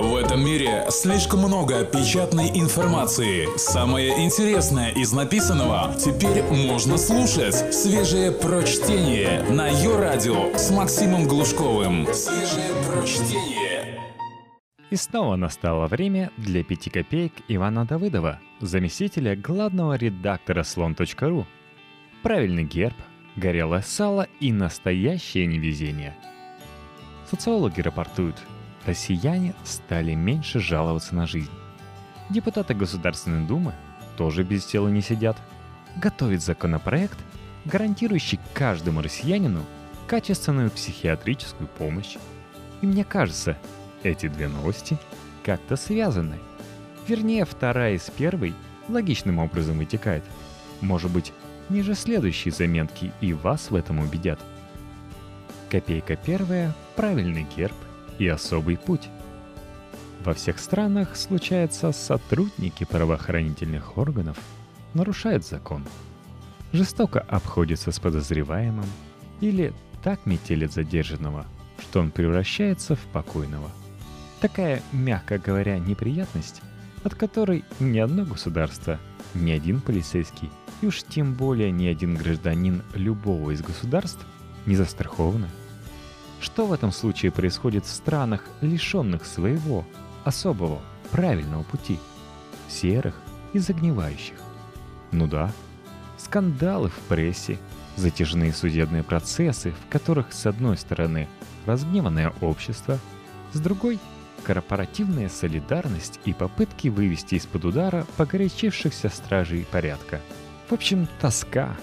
В этом мире слишком много печатной информации. Самое интересное из написанного теперь можно слушать. Свежее прочтение на Йо-Радио с Максимом Глушковым. Свежее прочтение. И снова настало время для 5 копеек Ивана Давыдова, заместителя главного редактора Слон.ру. Правильный герб, горелое сало и настоящее невезение. Социологи рапортуют, россияне стали меньше жаловаться на жизнь. Депутаты Государственной Думы тоже без дела не сидят. Готовят законопроект, гарантирующий каждому россиянину качественную психиатрическую помощь. И мне кажется, эти две новости как-то связаны. Вернее, вторая из первой логичным образом вытекает. Может быть, ниже следующие заметки и вас в этом убедят. Копейка первая, правильный герб и особый путь. Во всех странах случается, сотрудники правоохранительных органов нарушают закон, жестоко обходятся с подозреваемым или так метелят задержанного, что он превращается в покойного. Такая, мягко говоря, неприятность, от которой ни одно государство, ни один полицейский и уж тем более ни один гражданин любого из государств не застрахованы. Что в этом случае происходит в странах, лишенных своего особого правильного пути, серых и загнивающих? Ну да, скандалы в прессе, затяжные судебные процессы, в которых с одной стороны разгневанное общество, с другой – корпоративная солидарность и попытки вывести из-под удара погорячившихся стражей порядка. В общем, тоска.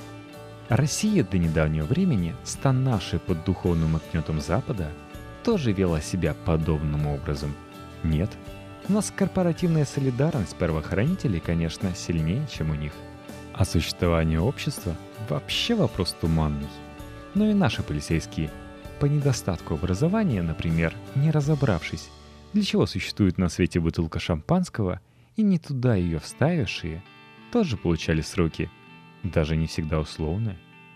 Россия до недавнего времени, стонавшая под духовным гнетом Запада, тоже вела себя подобным образом. Нет, у нас корпоративная солидарность правоохранителей, конечно, сильнее, чем у них. А существование общества вообще вопрос туманный. Но и наши полицейские, по недостатку образования, например, не разобравшись, для чего существует на свете бутылка шампанского, и не туда ее вставившие, тоже получали сроки, даже не всегда условные.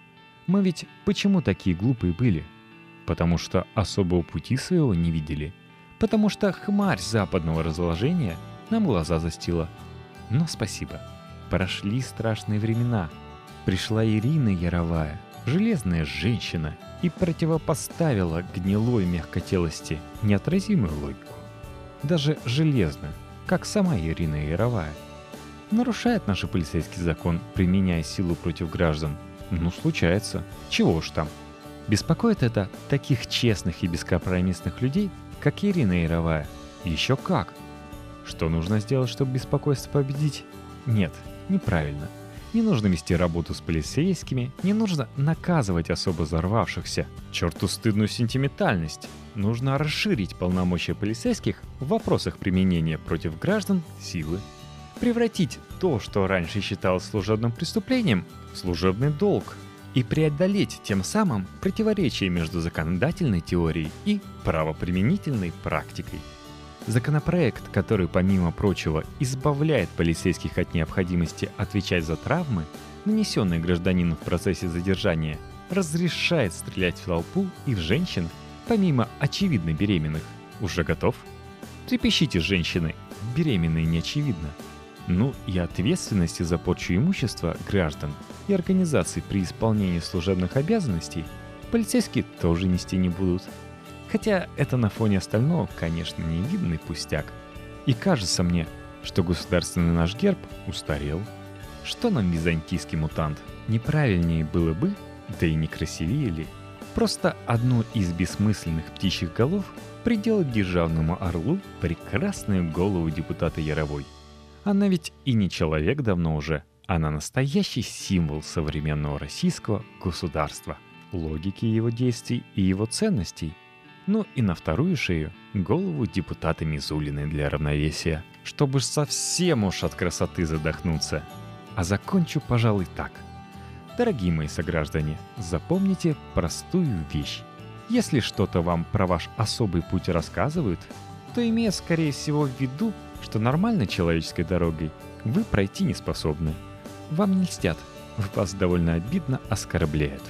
Мы ведь почему такие глупые были? Потому что особого пути своего не видели. Потому что хмарь западного разложения нам глаза застила. Но спасибо. Прошли страшные времена. Пришла Ирина Яровая, железная женщина, и противопоставила гнилой мягкотелости неотразимую логику. Даже железную, как сама Ирина Яровая. Нарушает наш полицейский закон, применяя силу против граждан. Ну, случается. Чего уж там. Беспокоит это таких честных и бескомпромиссных людей, как Ирина Яровая? Еще как. Что нужно сделать, чтобы беспокойство победить? Нет, неправильно. Не нужно вести работу с полицейскими, не нужно наказывать особо взорвавшихся. Черту стыдную сентиментальность. Нужно расширить полномочия полицейских в вопросах применения против граждан силы. Превратить то, что раньше считалось служебным преступлением, в служебный долг. И преодолеть тем самым противоречие между законодательной теорией и правоприменительной практикой. Законопроект, который, помимо прочего, избавляет полицейских от необходимости отвечать за травмы, нанесенные гражданину в процессе задержания, разрешает стрелять в толпу и в женщин, помимо очевидно беременных. Уже готов? Трепещите, женщины, беременные не очевидно. Ну и ответственности за порчу имущества граждан и организаций при исполнении служебных обязанностей полицейские тоже нести не будут. Хотя это на фоне остального, конечно, невидный пустяк. И кажется мне, что государственный наш герб устарел. Что нам византийский мутант? Неправильнее было бы, да и некрасивее ли, просто одну из бессмысленных птичьих голов приделать державному орлу прекрасную голову депутата Яровой. Она ведь и не человек давно уже, она настоящий символ современного российского государства, логики его действий и его ценностей. Ну и на вторую шею голову депутата Мизулиной для равновесия, чтобы совсем уж от красоты задохнуться. А закончу, пожалуй, так. Дорогие мои сограждане, запомните простую вещь. Если что-то вам про ваш особый путь рассказывают, то имея, скорее всего, в виду, что нормальной человеческой дорогой вы пройти не способны. Вам не льстят, вас довольно обидно оскорбляют.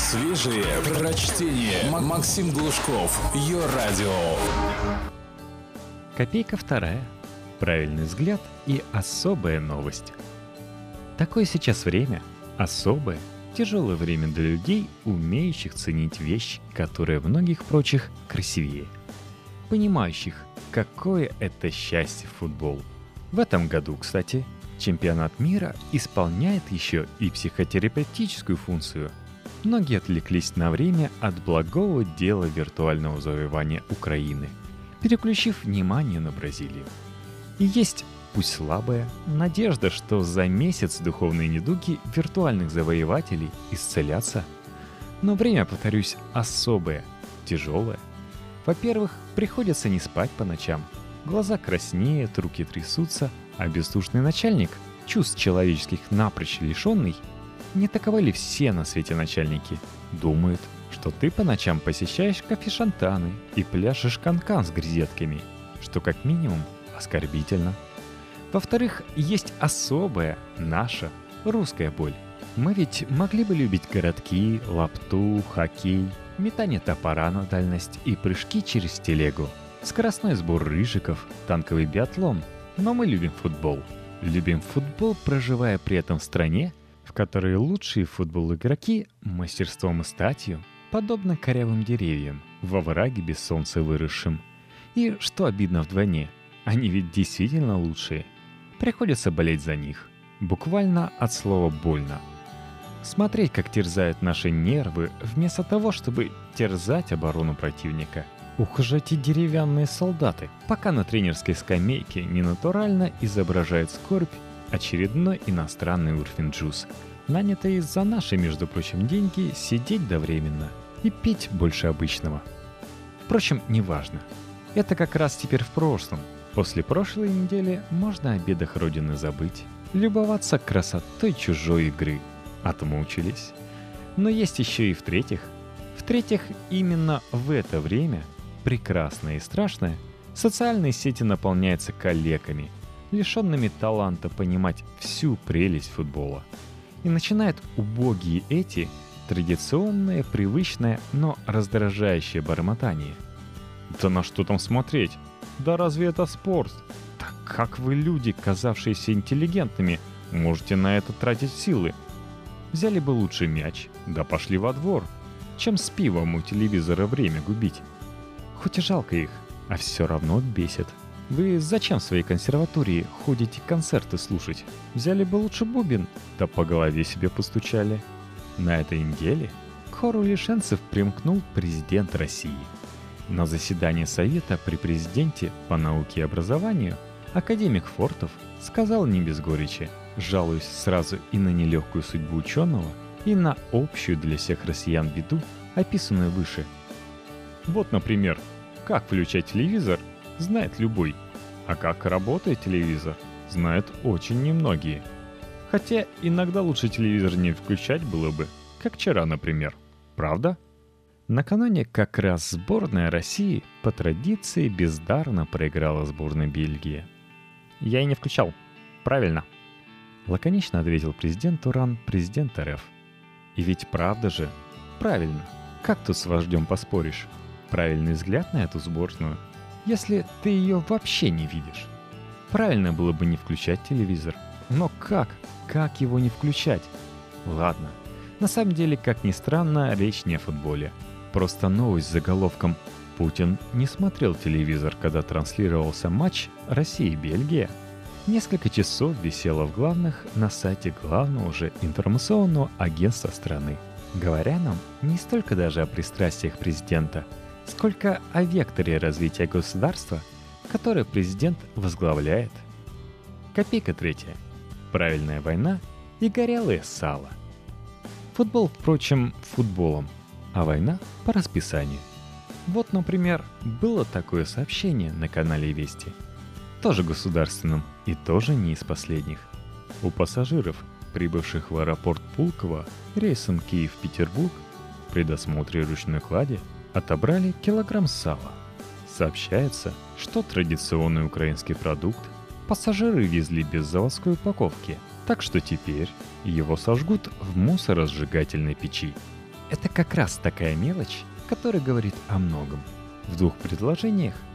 Свежие прочтение. Максим Глушков. Йо-Радио. Копейка вторая. Правильный взгляд и особая новость. Такое сейчас время, особое, тяжелое время для людей, умеющих ценить вещи, которые в многих прочих красивее. Понимающих, какое это счастье футбол. В этом году, кстати, чемпионат мира исполняет еще и психотерапевтическую функцию. Многие отвлеклись на время от благого дела виртуального завоевания Украины, переключив внимание на Бразилию. И есть, пусть слабая, надежда, что за месяц духовные недуги виртуальных завоевателей исцелятся. Но время, повторюсь, особое, тяжелое. Во-первых, приходится не спать по ночам. Глаза краснеют, руки трясутся, а бездушный начальник, чувств человеческих напрочь лишенный, не таковы ли все на свете начальники, думают, что ты по ночам посещаешь кофешантаны и пляшешь канкан с грезетками, что как минимум оскорбительно. Во-вторых, есть особая, наша, русская боль. Мы ведь могли бы любить городки, лапту, хоккей, метание топора на дальность и прыжки через телегу, скоростной сбор рыжиков, танковый биатлон. Но мы любим футбол. Любим футбол, проживая при этом в стране, в которой лучшие футбол-игроки мастерством и статью, подобно корявым деревьям, во враге без солнца выросшим. И, что обидно вдвойне, они ведь действительно лучшие. Приходится болеть за них. Буквально от слова «больно». Смотреть, как терзают наши нервы, вместо того, чтобы терзать оборону противника. Ух же эти деревянные солдаты, пока на тренерской скамейке ненатурально изображает скорбь очередной иностранный урфинджус, нанятый за наши, между прочим, деньги сидеть довременно и пить больше обычного. Впрочем, неважно. Это как раз теперь в прошлом. После прошлой недели можно о бедах Родины забыть, любоваться красотой чужой игры. Отмучились. Но есть еще и в-третьих. В-третьих, именно в это время, прекрасное и страшное, социальные сети наполняются калеками, лишенными таланта понимать всю прелесть футбола. И начинают убогие эти, традиционное, привычное, но раздражающее бормотание. Да на что там смотреть? Да разве это спорт? Так как вы, люди, казавшиеся интеллигентными, можете на это тратить силы? Взяли бы лучше мяч, да пошли во двор, чем с пивом у телевизора время губить. Хоть и жалко их, а все равно бесит. Вы зачем в своей консерватории ходите концерты слушать? Взяли бы лучше бубен, да по голове себе постучали. На этой неделе к хору лишенцев примкнул президент России. На заседании Совета при президенте по науке и образованию академик Фортов сказал не без горечи, жалуясь сразу и на нелегкую судьбу ученого, и на общую для всех россиян беду, описанную выше. Вот, например, как включать телевизор, знает любой, а как работает телевизор, знают очень немногие. Хотя иногда лучше телевизор не включать было бы, как вчера, например. Правда? Накануне как раз сборная России по традиции бездарно проиграла сборной Бельгии. Я и не включал. Правильно. Лаконично ответил президент Уран, президент РФ. И ведь правда же. Правильно. Как тут с вождем поспоришь? Правильный взгляд на эту сборную, если ты ее вообще не видишь. Правильно было бы не включать телевизор. Но как? Как его не включать? Ладно. На самом деле, как ни странно, речь не о футболе. Просто новость с заголовком «Путин не смотрел телевизор, когда транслировался матч Россия-Бельгия» несколько часов висела в главных на сайте главного же информационного агентства страны, говоря нам не столько даже о пристрастиях президента, сколько о векторе развития государства, которое президент возглавляет. Копейка третья. Правильная война и горелое сало. Футбол, впрочем, футболом, а война по расписанию. Вот, например, было такое сообщение на канале Вести. Тоже государственном и тоже не из последних. У пассажиров, прибывших в аэропорт Пулково рейсом Киев-Петербург, при досмотре ручной клади отобрали килограмм сала. Сообщается, что традиционный украинский продукт пассажиры везли без заводской упаковки, так что теперь его сожгут в мусоросжигательной печи. Это как раз такая мелочь, которая говорит о многом. В двух предложениях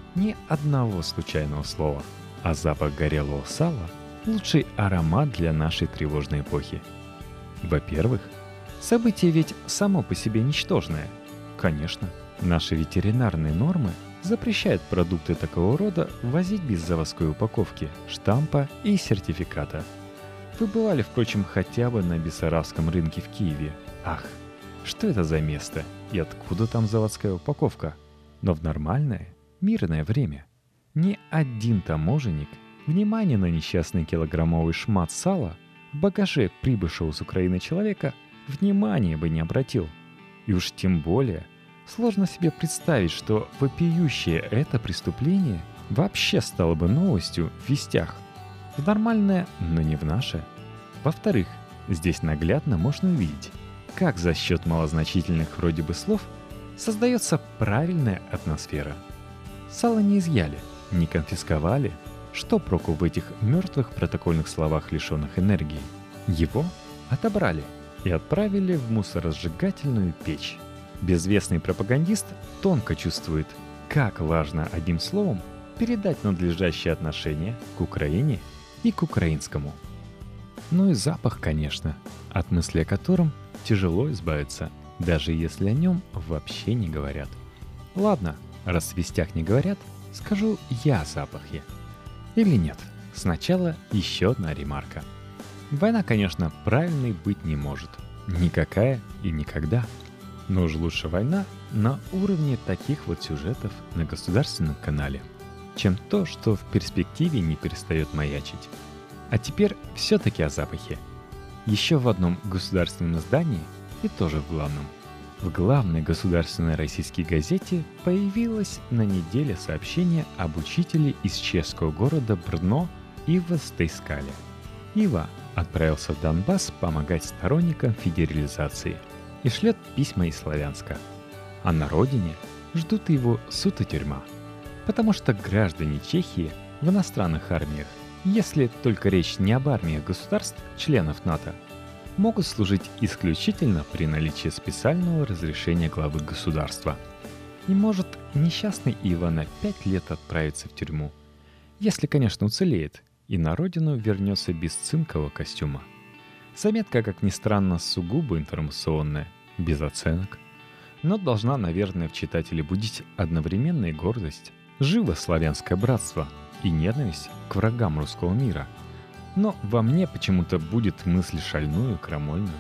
Ни одного случайного слова. А запах горелого сала – лучший аромат для нашей тревожной эпохи. Во-первых, событие ведь само по себе ничтожное. Конечно, наши ветеринарные нормы запрещают продукты такого рода возить без заводской упаковки, штампа и сертификата. Вы бывали, впрочем, хотя бы на Бессарабском рынке в Киеве. Ах, что это за место и откуда там заводская упаковка? Но в нормальное, мирное время ни один таможенник внимания на несчастный килограммовый шмат сала в багаже прибывшего с Украины человека внимания бы не обратил. И уж тем более сложно себе представить, что вопиющее это преступление вообще стало бы новостью в вестях. В нормальное, но не в наше. Во-вторых, здесь наглядно можно увидеть, как за счет малозначительных вроде бы слов создается правильная атмосфера. Сало не изъяли, не конфисковали. Что проку в этих мертвых протокольных словах, лишенных энергии? Его отобрали и отправили в мусоросжигательную печь. Безвестный пропагандист тонко чувствует, как важно одним словом передать надлежащее отношение к Украине и к украинскому. Ну и запах, конечно, от мысли о котором тяжело избавиться, даже если о нем вообще не говорят. Ладно, раз в вестях не говорят, скажу я о запахе. Или нет, сначала еще одна ремарка. Война, конечно, правильной быть не может. Никакая и никогда. Но уж лучше война на уровне таких вот сюжетов на государственном канале, чем то, что в перспективе не перестает маячить. А теперь все-таки о запахе. Еще в одном государственном издании, и тоже в главном, в главной государственной российской газете появилось на неделе сообщение об учителе из чешского города Брно Иво Стейскале. Ива отправился в Донбасс помогать сторонникам федерализации и шлет письма из Славянска. А на родине ждут его суд и тюрьма, потому что граждане Чехии в иностранных армиях, если только речь не об армиях государств, членов НАТО, могут служить исключительно при наличии специального разрешения главы государства. И может несчастный Ива на 5 лет отправиться в тюрьму, если, конечно, уцелеет и на родину вернется без цинкового костюма. Заметка, как ни странно, сугубо информационная, без оценок, но должна, наверное, в читателе будить одновременно и гордость, живо славянское братство и ненависть к врагам русского мира. Но во мне почему-то будет мысль шальную, крамольную.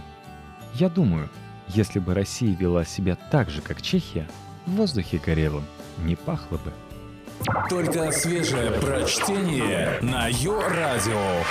Я думаю, если бы Россия вела себя так же, как Чехия, в воздухе горелым не пахло бы. Только свежее прочтение на Йо-Радио.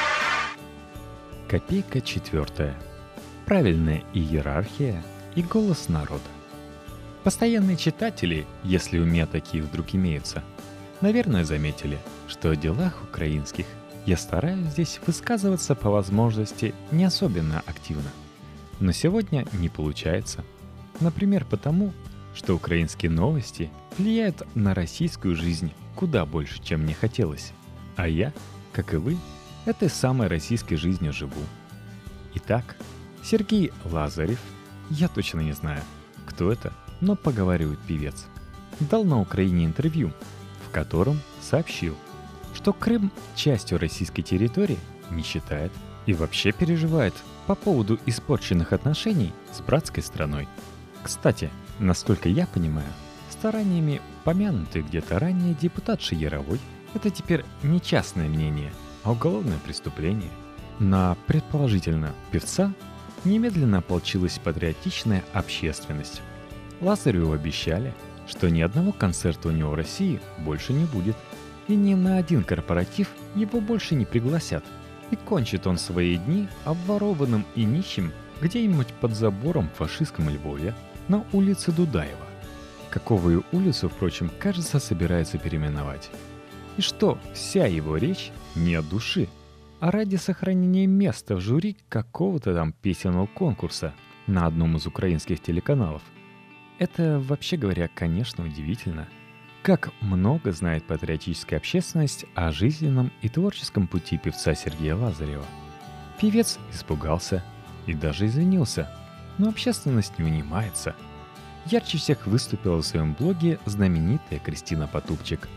Копейка 4. Правильная иерархия и голос народа. Постоянные читатели, если у меня такие вдруг имеются, наверное, заметили, что о делах украинских я стараюсь здесь высказываться по возможности не особенно активно. Но сегодня не получается. Например, потому, что украинские новости влияют на российскую жизнь куда больше, чем мне хотелось. А я, как и вы, этой самой российской жизнью живу. Итак, Сергей Лазарев, я точно не знаю, кто это, но поговаривает певец, дал на Украине интервью, в котором сообщил, что Крым частью российской территории не считает и вообще переживает по поводу испорченных отношений с братской страной. Кстати, насколько я понимаю, стараниями помянутый где-то ранее депутатши Яровой это теперь не частное мнение, а уголовное преступление. На, предположительно, певца немедленно ополчилась патриотичная общественность. Лазареву обещали, что ни одного концерта у него в России больше не будет, и ни на один корпоратив его больше не пригласят. И кончит он свои дни обворованным и нищим где-нибудь под забором в фашистском Львове на улице Дудаева. Каковую улицу, впрочем, кажется, собирается переименовать. И что вся его речь не от души, а ради сохранения места в жюри какого-то там песенного конкурса на одном из украинских телеканалов. Это, вообще говоря, конечно, удивительно. Как много знает патриотическая общественность о жизненном и творческом пути певца Сергея Лазарева. Певец испугался и даже извинился, но общественность не унимается. Ярче всех выступила в своем блоге знаменитая Кристина Потупчик.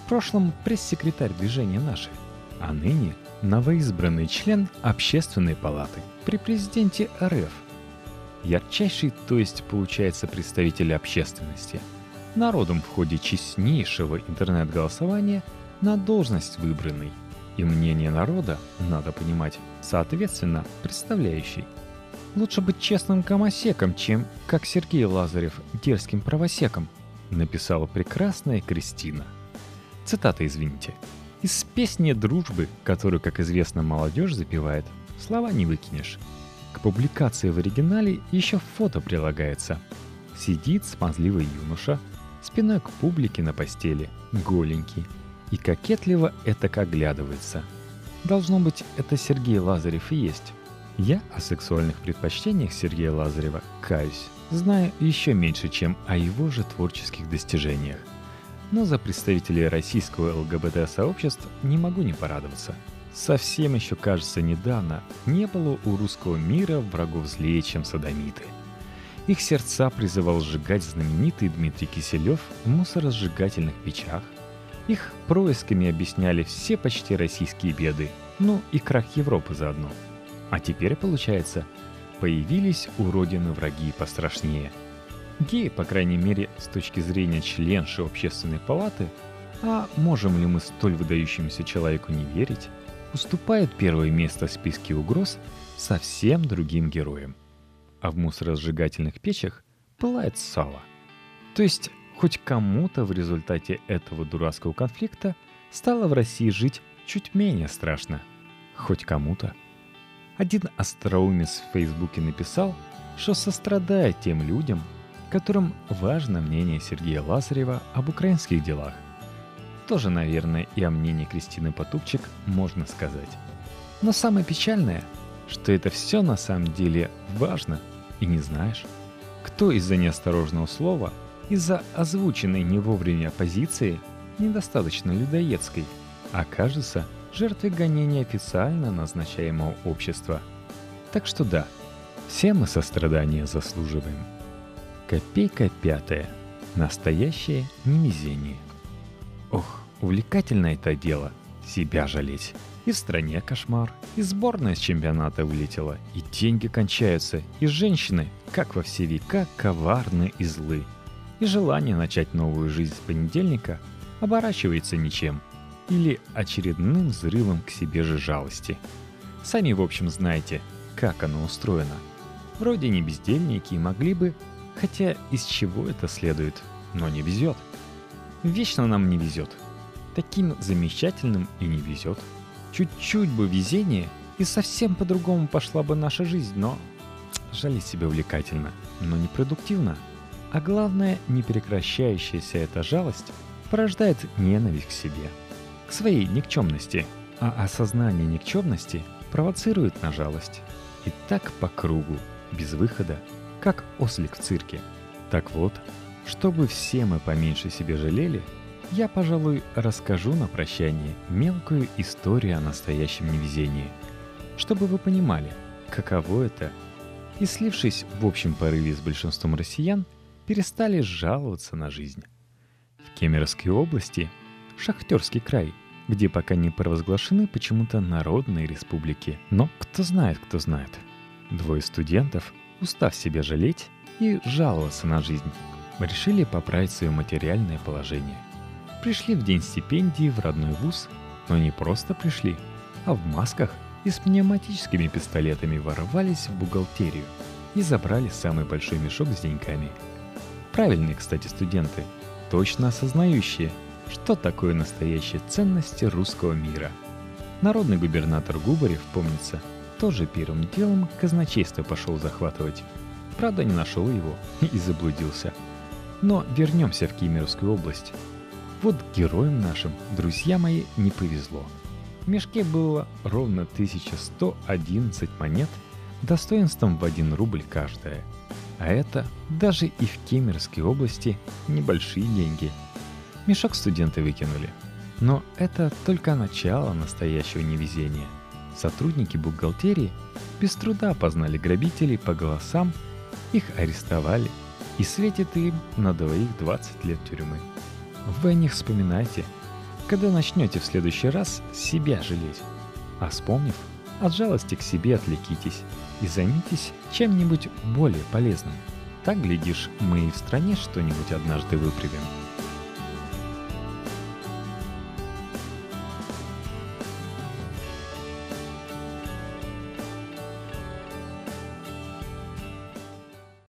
прошлом пресс-секретарь движения «Наши», а ныне новоизбранный член Общественной палаты при президенте РФ. Ярчайший, то есть, получается, представитель общественности. Народом в ходе честнейшего интернет-голосования на должность выбранный. И мнение народа, надо понимать, соответственно, представляющий. Лучше быть честным гомосеком, чем, как Сергей Лазарев, дерзким правосеком, написала прекрасная Кристина. Цитата, извините. Из песни «Дружбы», которую, как известно, молодежь запевает, слова не выкинешь. К публикации в оригинале еще фото прилагается. Сидит смазливый юноша, спиной к публике на постели, голенький, и кокетливо это оглядывается. Должно быть, это Сергей Лазарев и есть. Я о сексуальных предпочтениях Сергея Лазарева, каюсь, знаю еще меньше, чем о его же творческих достижениях. Но за представителей российского ЛГБТ-сообщества не могу не порадоваться. Совсем еще, кажется, недавно не было у русского мира врагов злее, чем содомиты. Их сердца призывал сжигать знаменитый Дмитрий Киселев в мусоросжигательных печах. Их происками объясняли все почти российские беды, ну и крах Европы заодно. А теперь, получается, появились у Родины враги пострашнее. Геи, по крайней мере, с точки зрения членши Общественной палаты, а можем ли мы столь выдающемуся человеку не верить, уступают первое место в списке угроз совсем другим героям. А в мусоросжигательных печах пылает сало. То есть хоть кому-то в результате этого дурацкого конфликта стало в России жить чуть менее страшно. Хоть кому-то. Один остроумец в Фейсбуке написал, что сострадает тем людям, которым важно мнение Сергея Лазарева об украинских делах. Тоже, наверное, и о мнении Кристины Потупчик можно сказать. Но самое печальное, что это все на самом деле важно, и не знаешь, кто из-за неосторожного слова, из-за озвученной не вовремя позиции, недостаточно людоедской, окажется жертвой гонения официально назначаемого общества. Так что да, все мы сострадания заслуживаем. Копейка пятая. Настоящее невезение. Ох, увлекательно это дело. Себя жалеть. И в стране кошмар, и сборная с чемпионата вылетела, и деньги кончаются, и женщины, как во все века, коварны и злы. И желание начать новую жизнь с понедельника оборачивается ничем. Или очередным взрывом к себе же жалости. Сами, в общем, знаете, как оно устроено. Вроде не бездельники и могли бы, хотя из чего это следует, но не везет. Вечно нам не везет. Таким замечательным и не везет. Чуть-чуть бы везение, и совсем по-другому пошла бы наша жизнь, но жалеть себя увлекательно, но непродуктивно. А главное, непрекращающаяся эта жалость порождает ненависть к себе, к своей никчемности, а осознание никчемности провоцирует на жалость. И так по кругу, без выхода, как ослик в цирке. Так вот, чтобы все мы поменьше себе жалели, я, пожалуй, расскажу на прощание мелкую историю о настоящем невезении, чтобы вы понимали, каково это, и, слившись в общем порыве с большинством россиян, перестали жаловаться на жизнь. В Кемеровской области, Шахтерский край, где пока не провозглашены почему-то народные республики, но кто знает, двое студентов, устав себя жалеть и жаловаться на жизнь, решили поправить свое материальное положение. Пришли в день стипендии в родной вуз, но не просто пришли, а в масках и с пневматическими пистолетами ворвались в бухгалтерию и забрали самый большой мешок с деньгами. Правильные, кстати, студенты, точно осознающие, что такое настоящие ценности русского мира. Народный губернатор Губарев, помнится, тоже первым делом казначейство пошел захватывать. Правда, не нашел его и заблудился. Но вернемся в Кемеровскую область. Вот героям нашим, друзья мои, не повезло. В мешке было ровно 1111 монет, достоинством в 1 рубль каждая. А это даже и в Кемеровской области небольшие деньги. Мешок студенты выкинули. Но это только начало настоящего невезения. Сотрудники бухгалтерии без труда опознали грабителей по голосам, их арестовали, и светит им на двоих 20 лет тюрьмы. Вы о них вспоминайте, когда начнете в следующий раз себя жалеть. А вспомнив, от жалости к себе отвлекитесь и займитесь чем-нибудь более полезным. Так, глядишь, мы и в стране что-нибудь однажды выправим.